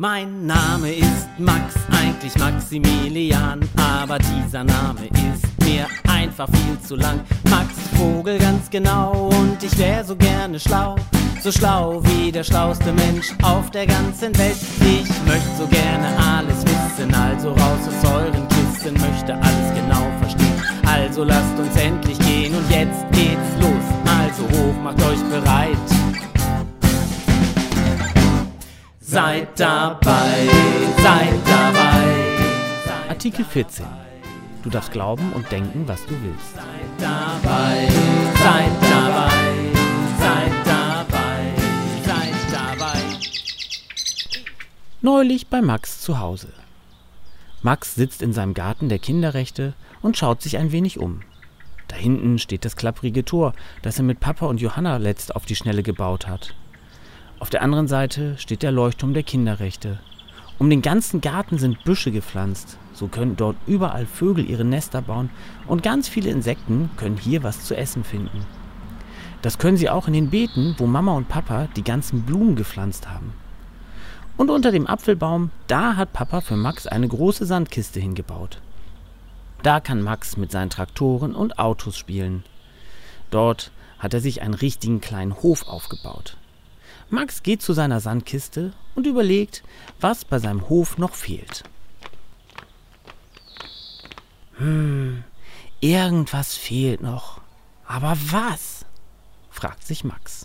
Mein Name ist Max, eigentlich Maximilian, aber dieser Name ist mir einfach viel zu lang. Max Vogel ganz genau und ich wär so gerne schlau, so schlau wie der schlauste Mensch auf der ganzen Welt. Ich möchte so gerne alles wissen, also raus aus euren Kissen, möchte alles genau verstehen. Also lasst uns endlich gehen und jetzt geht's los, also hoch, macht euch bereit. Seid dabei, seid dabei. Artikel 14. Du darfst glauben und denken, was du willst. Seid dabei, seid dabei, seid dabei, seid dabei. Neulich bei Max zu Hause. Max sitzt in seinem Garten der Kinderrechte und schaut sich ein wenig um. Da hinten steht das klapprige Tor, das er mit Papa und Johanna letzt auf die Schnelle gebaut hat. Auf der anderen Seite steht der Leuchtturm der Kinderrechte. Um den ganzen Garten sind Büsche gepflanzt. So können dort überall Vögel ihre Nester bauen und ganz viele Insekten können hier was zu essen finden. Das können sie auch in den Beeten, wo Mama und Papa die ganzen Blumen gepflanzt haben. Und unter dem Apfelbaum, da hat Papa für Max eine große Sandkiste hingebaut. Da kann Max mit seinen Traktoren und Autos spielen. Dort hat er sich einen richtigen kleinen Hof aufgebaut. Max geht zu seiner Sandkiste und überlegt, was bei seinem Hof noch fehlt. Irgendwas fehlt noch. Aber was? Fragt sich Max.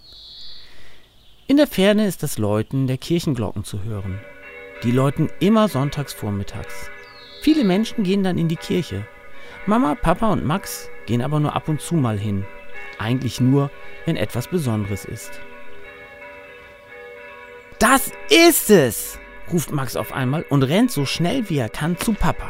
In der Ferne ist das Läuten der Kirchenglocken zu hören. Die läuten immer sonntags vormittags. Viele Menschen gehen dann in die Kirche. Mama, Papa und Max gehen aber nur ab und zu mal hin. Eigentlich nur, wenn etwas Besonderes ist. Das ist es, ruft Max auf einmal und rennt so schnell wie er kann zu Papa.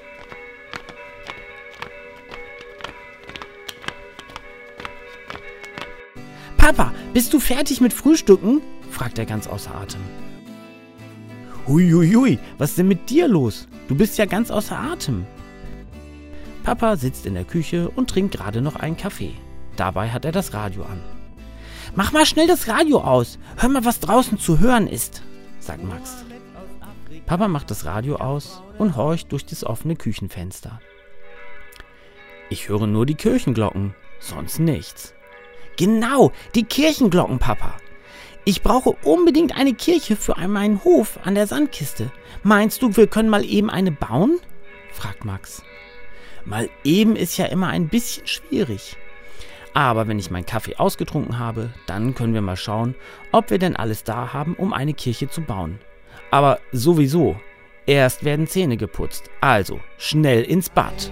Papa, bist du fertig mit Frühstücken? Fragt er ganz außer Atem. Huiuiui, was ist denn mit dir los? Du bist ja ganz außer Atem. Papa sitzt in der Küche und trinkt gerade noch einen Kaffee. Dabei hat er das Radio an. Mach mal schnell das Radio aus. Hör mal, was draußen zu hören ist, sagt Max. Papa macht das Radio aus und horcht durch das offene Küchenfenster. Ich höre nur die Kirchenglocken, sonst nichts. Genau, die Kirchenglocken, Papa. Ich brauche unbedingt eine Kirche für meinen Hof an der Sandkiste. Meinst du, wir können mal eben eine bauen? Fragt Max. Mal eben ist ja immer ein bisschen schwierig. Aber wenn ich meinen Kaffee ausgetrunken habe, dann können wir mal schauen, ob wir denn alles da haben, um eine Kirche zu bauen. Aber sowieso, erst werden Zähne geputzt, also schnell ins Bad.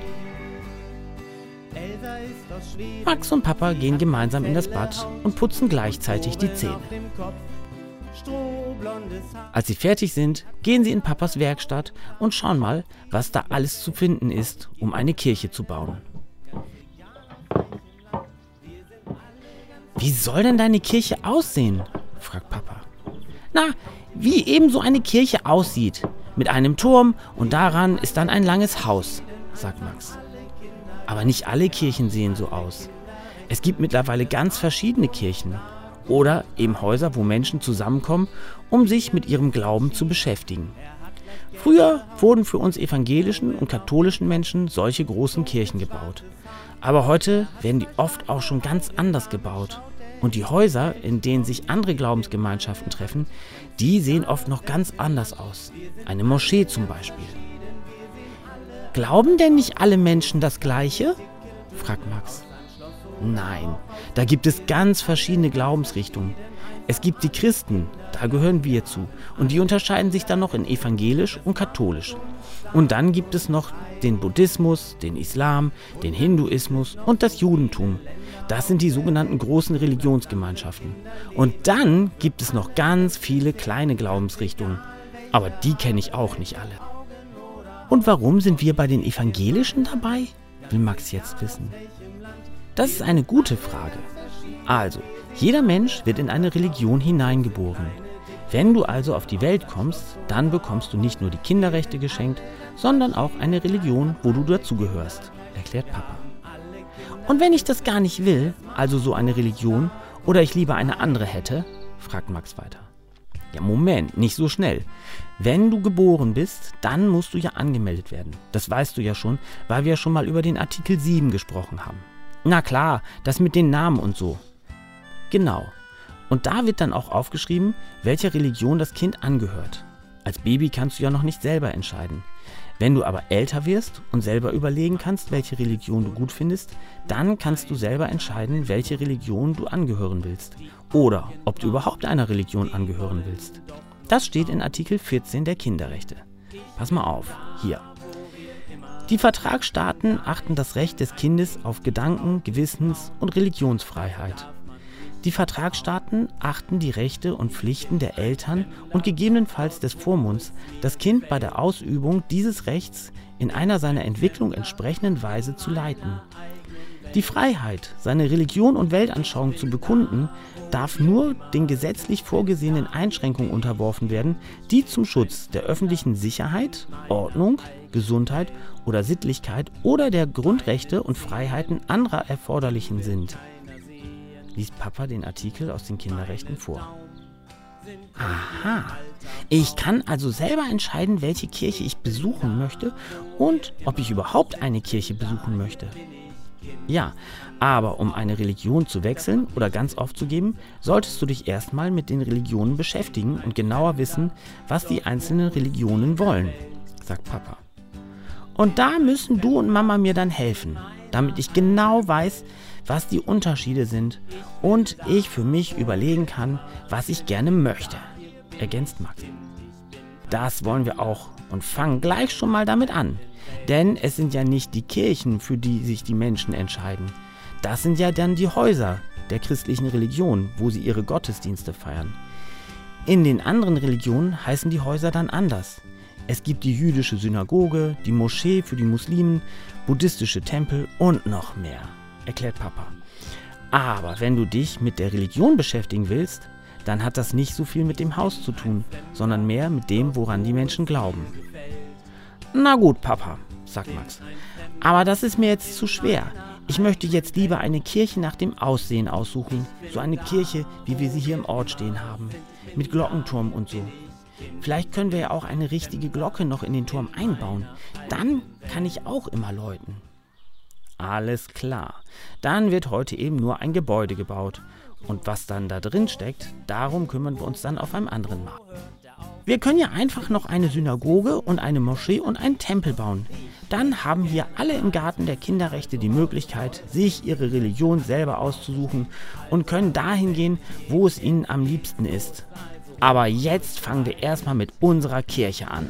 Max und Papa gehen gemeinsam in das Bad und putzen gleichzeitig die Zähne. Als sie fertig sind, gehen sie in Papas Werkstatt und schauen mal, was da alles zu finden ist, um eine Kirche zu bauen. Wie soll denn deine Kirche aussehen? Fragt Papa. Na, wie eben so eine Kirche aussieht. Mit einem Turm und daran ist dann ein langes Haus, sagt Max. Aber nicht alle Kirchen sehen so aus. Es gibt mittlerweile ganz verschiedene Kirchen. Oder eben Häuser, wo Menschen zusammenkommen, um sich mit ihrem Glauben zu beschäftigen. Früher wurden für uns evangelischen und katholischen Menschen solche großen Kirchen gebaut. Aber heute werden die oft auch schon ganz anders gebaut. Und die Häuser, in denen sich andere Glaubensgemeinschaften treffen, die sehen oft noch ganz anders aus. Eine Moschee zum Beispiel. Glauben denn nicht alle Menschen das Gleiche? Fragt Max. Nein, da gibt es ganz verschiedene Glaubensrichtungen. Es gibt die Christen, da gehören wir zu. Und die unterscheiden sich dann noch in evangelisch und katholisch. Und dann gibt es noch den Buddhismus, den Islam, den Hinduismus und das Judentum. Das sind die sogenannten großen Religionsgemeinschaften. Und dann gibt es noch ganz viele kleine Glaubensrichtungen. Aber die kenne ich auch nicht alle. Und warum sind wir bei den Evangelischen dabei? Will Max jetzt wissen. Das ist eine gute Frage. Also, jeder Mensch wird in eine Religion hineingeboren. Wenn du also auf die Welt kommst, dann bekommst du nicht nur die Kinderrechte geschenkt, sondern auch eine Religion, wo du dazugehörst, erklärt Papa. Und wenn ich das gar nicht will, also so eine Religion, oder ich lieber eine andere hätte, fragt Max weiter. Ja, Moment, nicht so schnell. Wenn du geboren bist, dann musst du ja angemeldet werden. Das weißt du ja schon, weil wir ja schon mal über den Artikel 7 gesprochen haben. Na klar, das mit den Namen und so. Genau. Und da wird dann auch aufgeschrieben, welcher Religion das Kind angehört. Als Baby kannst du ja noch nicht selber entscheiden. Wenn du aber älter wirst und selber überlegen kannst, welche Religion du gut findest, dann kannst du selber entscheiden, welche Religion du angehören willst. Oder ob du überhaupt einer Religion angehören willst. Das steht in Artikel 14 der Kinderrechte. Pass mal auf, hier. Die Vertragsstaaten achten das Recht des Kindes auf Gedanken-, Gewissens- und Religionsfreiheit. Die Vertragsstaaten achten die Rechte und Pflichten der Eltern und gegebenenfalls des Vormunds, das Kind bei der Ausübung dieses Rechts in einer seiner Entwicklung entsprechenden Weise zu leiten. Die Freiheit, seine Religion und Weltanschauung zu bekunden, darf nur den gesetzlich vorgesehenen Einschränkungen unterworfen werden, die zum Schutz der öffentlichen Sicherheit, Ordnung, Gesundheit oder Sittlichkeit oder der Grundrechte und Freiheiten anderer erforderlichen sind. Liest Papa den Artikel aus den Kinderrechten vor. Aha, ich kann also selber entscheiden, welche Kirche ich besuchen möchte und ob ich überhaupt eine Kirche besuchen möchte. Ja, aber um eine Religion zu wechseln oder ganz aufzugeben, solltest du dich erstmal mit den Religionen beschäftigen und genauer wissen, was die einzelnen Religionen wollen, sagt Papa. Und da müssen du und Mama mir dann helfen, damit ich genau weiß, was die Unterschiede sind und ich für mich überlegen kann, was ich gerne möchte, ergänzt Max. Das wollen wir auch und fangen gleich schon mal damit an. Denn es sind ja nicht die Kirchen, für die sich die Menschen entscheiden. Das sind ja dann die Häuser der christlichen Religion, wo sie ihre Gottesdienste feiern. In den anderen Religionen heißen die Häuser dann anders. Es gibt die jüdische Synagoge, die Moschee für die Muslimen, buddhistische Tempel und noch mehr, erklärt Papa. Aber wenn du dich mit der Religion beschäftigen willst, dann hat das nicht so viel mit dem Haus zu tun, sondern mehr mit dem, woran die Menschen glauben. Na gut, Papa, sagt Max. Aber das ist mir jetzt zu schwer. Ich möchte jetzt lieber eine Kirche nach dem Aussehen aussuchen. So eine Kirche, wie wir sie hier im Ort stehen haben. Mit Glockenturm und so. Vielleicht können wir ja auch eine richtige Glocke noch in den Turm einbauen. Dann kann ich auch immer läuten. Alles klar. Dann wird heute eben nur ein Gebäude gebaut. Und was dann da drin steckt, darum kümmern wir uns dann auf einem anderen Mal. Wir können ja einfach noch eine Synagoge und eine Moschee und einen Tempel bauen. Dann haben hier alle im Garten der Kinderrechte die Möglichkeit, sich ihre Religion selber auszusuchen und können dahin gehen, wo es ihnen am liebsten ist. Aber jetzt fangen wir erstmal mit unserer Kirche an.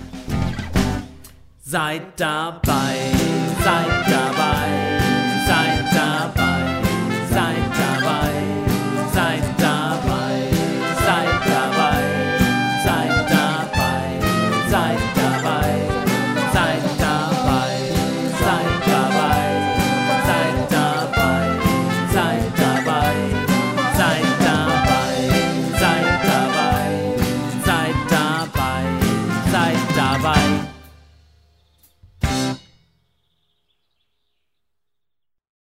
Seid dabei, seid dabei, seid dabei, seid dabei, seid dabei, seid dabei, seid dabei, seid dabei, seid dabei, seid dabei, seid dabei, seid dabei.